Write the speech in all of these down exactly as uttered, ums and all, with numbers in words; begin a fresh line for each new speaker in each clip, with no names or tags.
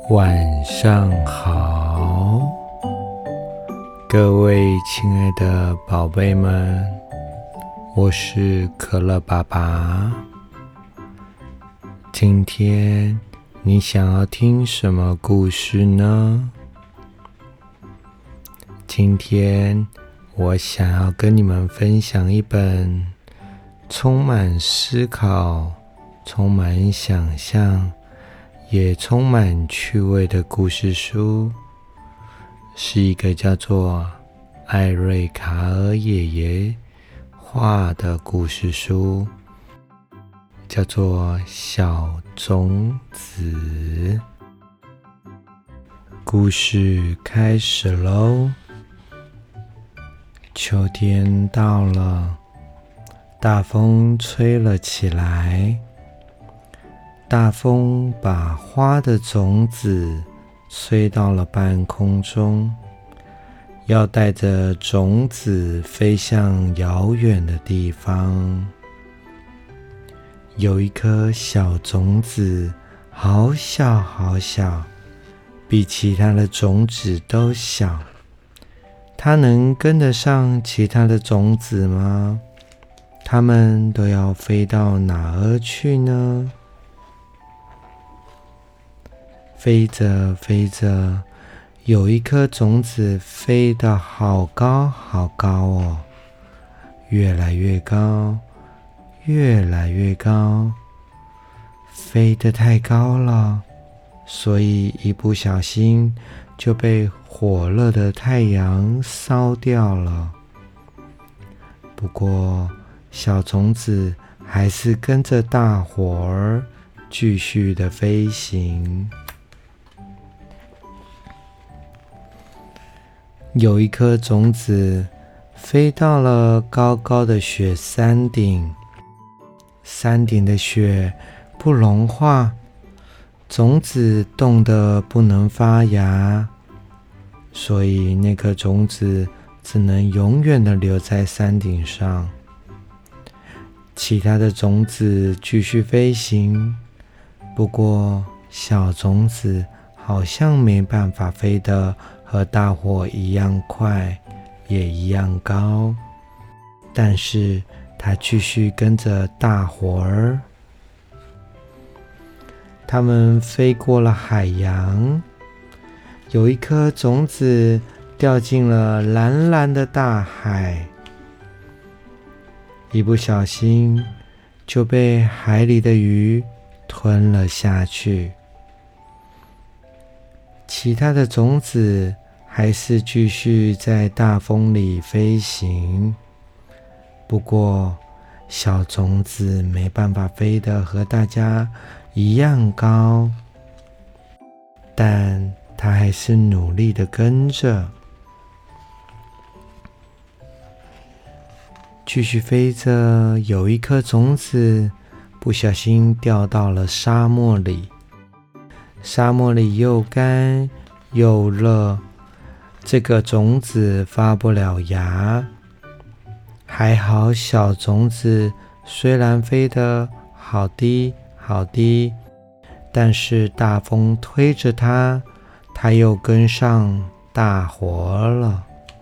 晚上好，各位亲爱的宝贝们，我是可乐爸爸。今天你想要听什么故事呢？今天我想要跟你们分享一本充满思考、充满想象也充满趣味的故事书，是一个叫做艾瑞卡尔爷爷画的故事书，叫做小种子。故事开始咯。秋天到了，大风吹了起来，大风把花的种子吹到了半空中，要带着种子飞向遥远的地方。有一颗小种子，好小好小，比其他的种子都小。它能跟得上其他的种子吗？它们都要飞到哪儿去呢？飞着飞着，有一颗种子飞得好高好高哦，越来越高，越来越高，飞得太高了，所以一不小心就被火热的太阳烧掉了。不过，小种子还是跟着大伙儿继续的飞行。有一颗种子飞到了高高的雪山顶，山顶的雪不融化，种子冻得不能发芽，所以那颗种子只能永远的留在山顶上。其他的种子继续飞行，不过小种子好像没办法飞得和大伙一样快，也一样高，但是它继续跟着大伙儿。它们飞过了海洋，有一颗种子掉进了蓝蓝的大海，一不小心就被海里的鱼吞了下去。其他的种子还是继续在大风里飞行，不过小种子没办法飞得和大家一样高，但它还是努力地跟着，继续飞着。有一颗种子不小心掉到了沙漠里，沙漠里又干又热，这个种子发不了芽。还好小种子虽然飞得好低好低，但是大风推着它，它又跟上大伙了。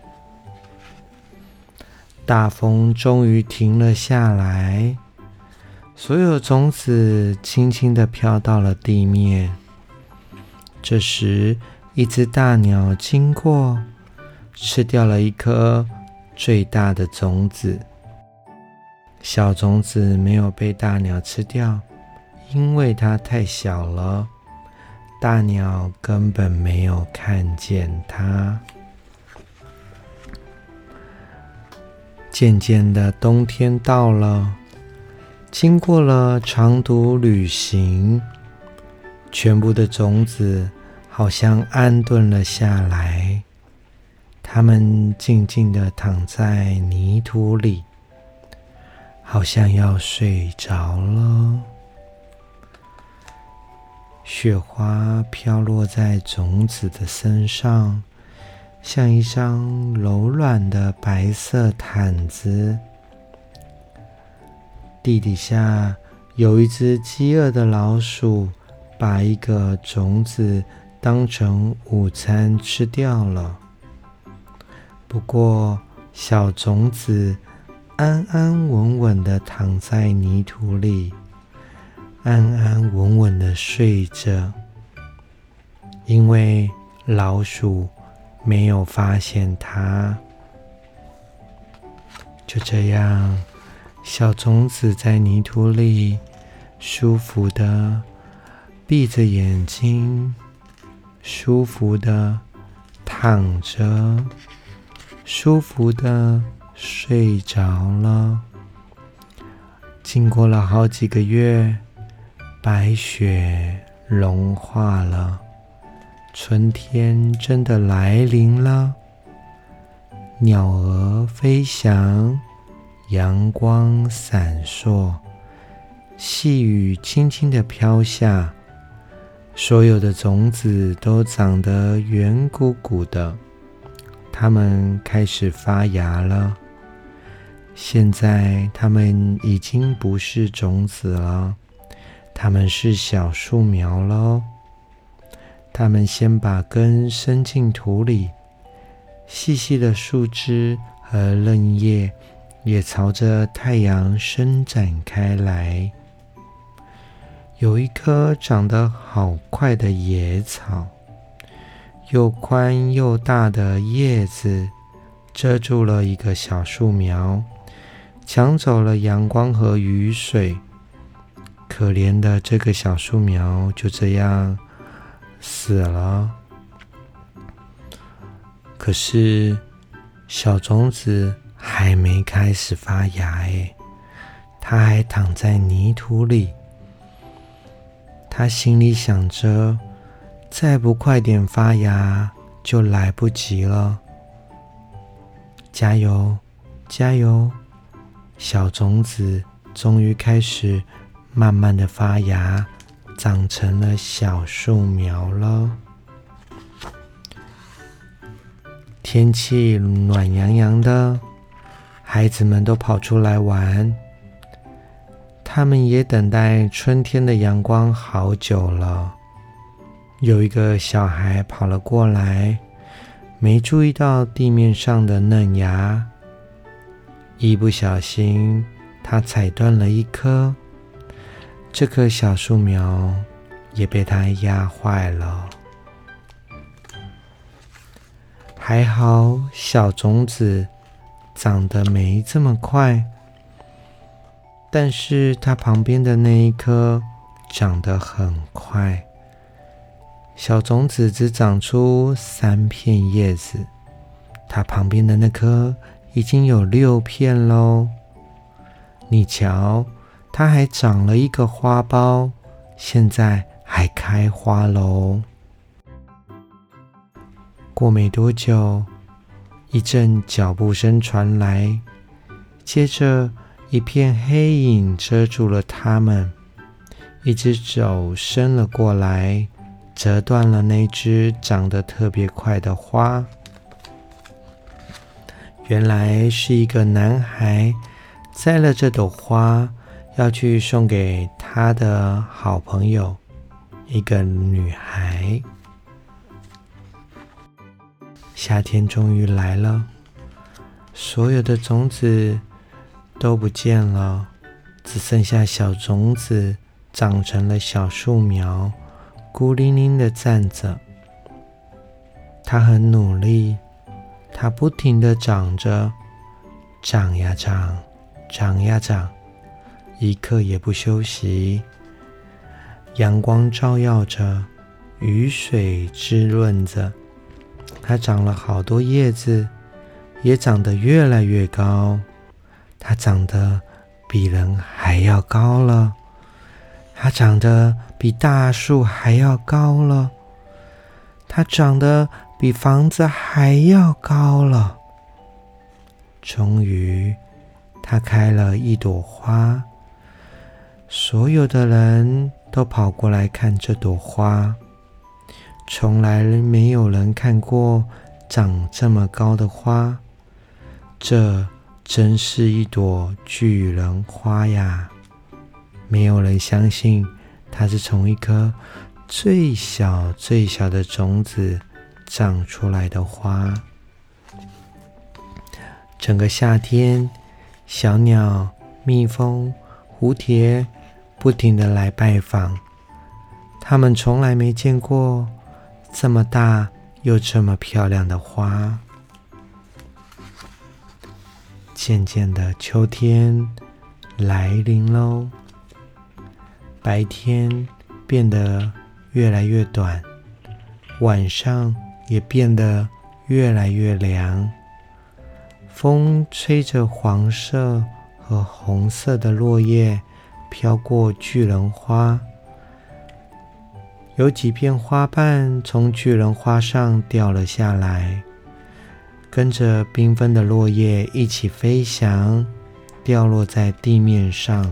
大风终于停了下来，所有种子轻轻地飘到了地面。这时，一只大鸟经过，吃掉了一颗最大的种子。小种子没有被大鸟吃掉，因为它太小了，大鸟根本没有看见它。渐渐的，冬天到了，经过了长途旅行，全部的种子好像安顿了下来，它们静静地躺在泥土里，好像要睡着了。雪花飘落在种子的身上，像一张柔软的白色毯子。地底下有一只饥饿的老鼠，把一个种子当成午餐吃掉了。不过，小种子安安稳稳地躺在泥土里，安安稳稳地睡着，因为老鼠没有发现它。就这样，小种子在泥土里舒服地闭着眼睛，舒服地躺着，舒服地睡着了。经过了好几个月，白雪融化了，春天真的来临了。鸟儿飞翔，阳光闪烁，细雨轻轻地飘下，所有的种子都长得圆鼓鼓的，它们开始发芽了。现在它们已经不是种子了，它们是小树苗了。它们先把根伸进土里，细细的树枝和嫩叶也朝着太阳伸展开来。有一棵长得好快的野草，又宽又大的叶子遮住了一个小树苗，抢走了阳光和雨水。可怜的这个小树苗就这样死了。可是小种子还没开始发芽耶，它还躺在泥土里。他心里想着，再不快点发芽就来不及了。加油，加油！小种子终于开始慢慢的发芽，长成了小树苗了。天气暖洋洋的，孩子们都跑出来玩。他们也等待春天的阳光好久了。有一个小孩跑了过来，没注意到地面上的嫩芽，一不小心他踩断了一棵，这棵小树苗也被他压坏了。还好小种子长得没这么快，但是它旁边的那一棵长得很快。小种子只长出三片叶子，它旁边的那棵已经有六片咯。你瞧，它还长了一个花苞，现在还开花咯。过没多久，一阵脚步声传来，接着一片黑影遮住了它们，一只手伸了过来，折断了那只长得特别快的花。原来是一个男孩摘了这朵花，要去送给他的好朋友，一个女孩。夏天终于来了，所有的种子都不见了，只剩下小种子长成了小树苗，孤零零地站着。它很努力，它不停地长着，长呀长，长呀长，一刻也不休息。阳光照耀着，雨水滋润着，它长了好多叶子，也长得越来越高。它长得比人还要高了，它长得比大树还要高了，它长得比房子还要高了。终于，它开了一朵花，所有的人都跑过来看这朵花。从来没有人看过长这么高的花，这真是一朵巨人花呀！没有人相信它是从一棵最小最小的种子长出来的花。整个夏天，小鸟、蜜蜂、蝴蝶不停地来拜访，它们从来没见过这么大又这么漂亮的花。渐渐的，秋天来临喽，白天变得越来越短，晚上也变得越来越凉。风吹着黄色和红色的落叶飘过巨人花，有几片花瓣从巨人花上掉了下来，跟着缤纷的落叶一起飞翔，掉落在地面上。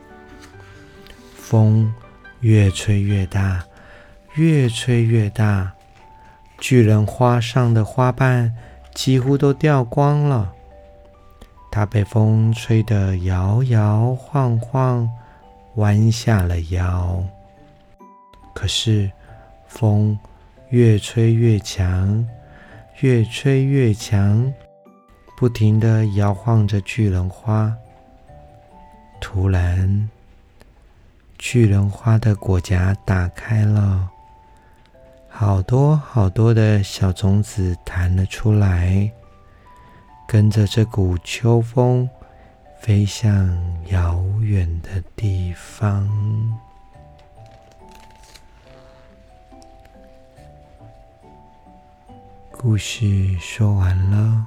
风越吹越大，越吹越大，巨人花上的花瓣几乎都掉光了。它被风吹得摇摇晃晃，弯下了腰。可是风越吹越强，越吹越强，不停地摇晃着巨人花。突然，巨人花的果荚打开了，好多好多的小种子弹了出来，跟着这股秋风飞向遥远的地方。故事说完了，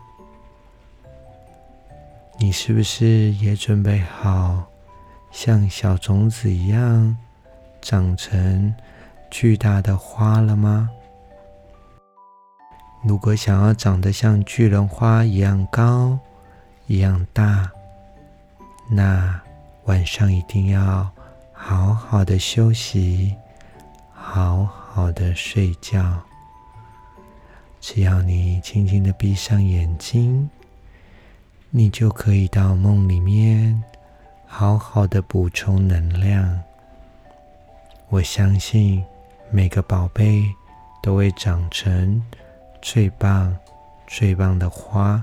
你是不是也准备好像小种子一样长成巨大的花了吗？如果想要长得像巨人花一样高，一样大，那晚上一定要好好的休息，好好的睡觉。只要你轻轻的闭上眼睛，你就可以到梦里面好好的补充能量。我相信每个宝贝都会长成最棒最棒的花。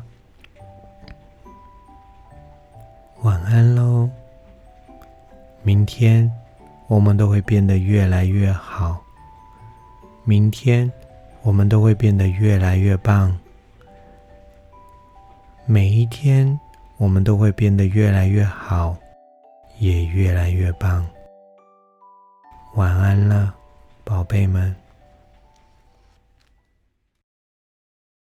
晚安喽，明天我们都会变得越来越好，明天我们都会变得越来越棒，每一天我们都会变得越来越好，也越来越棒。晚安了，宝贝们。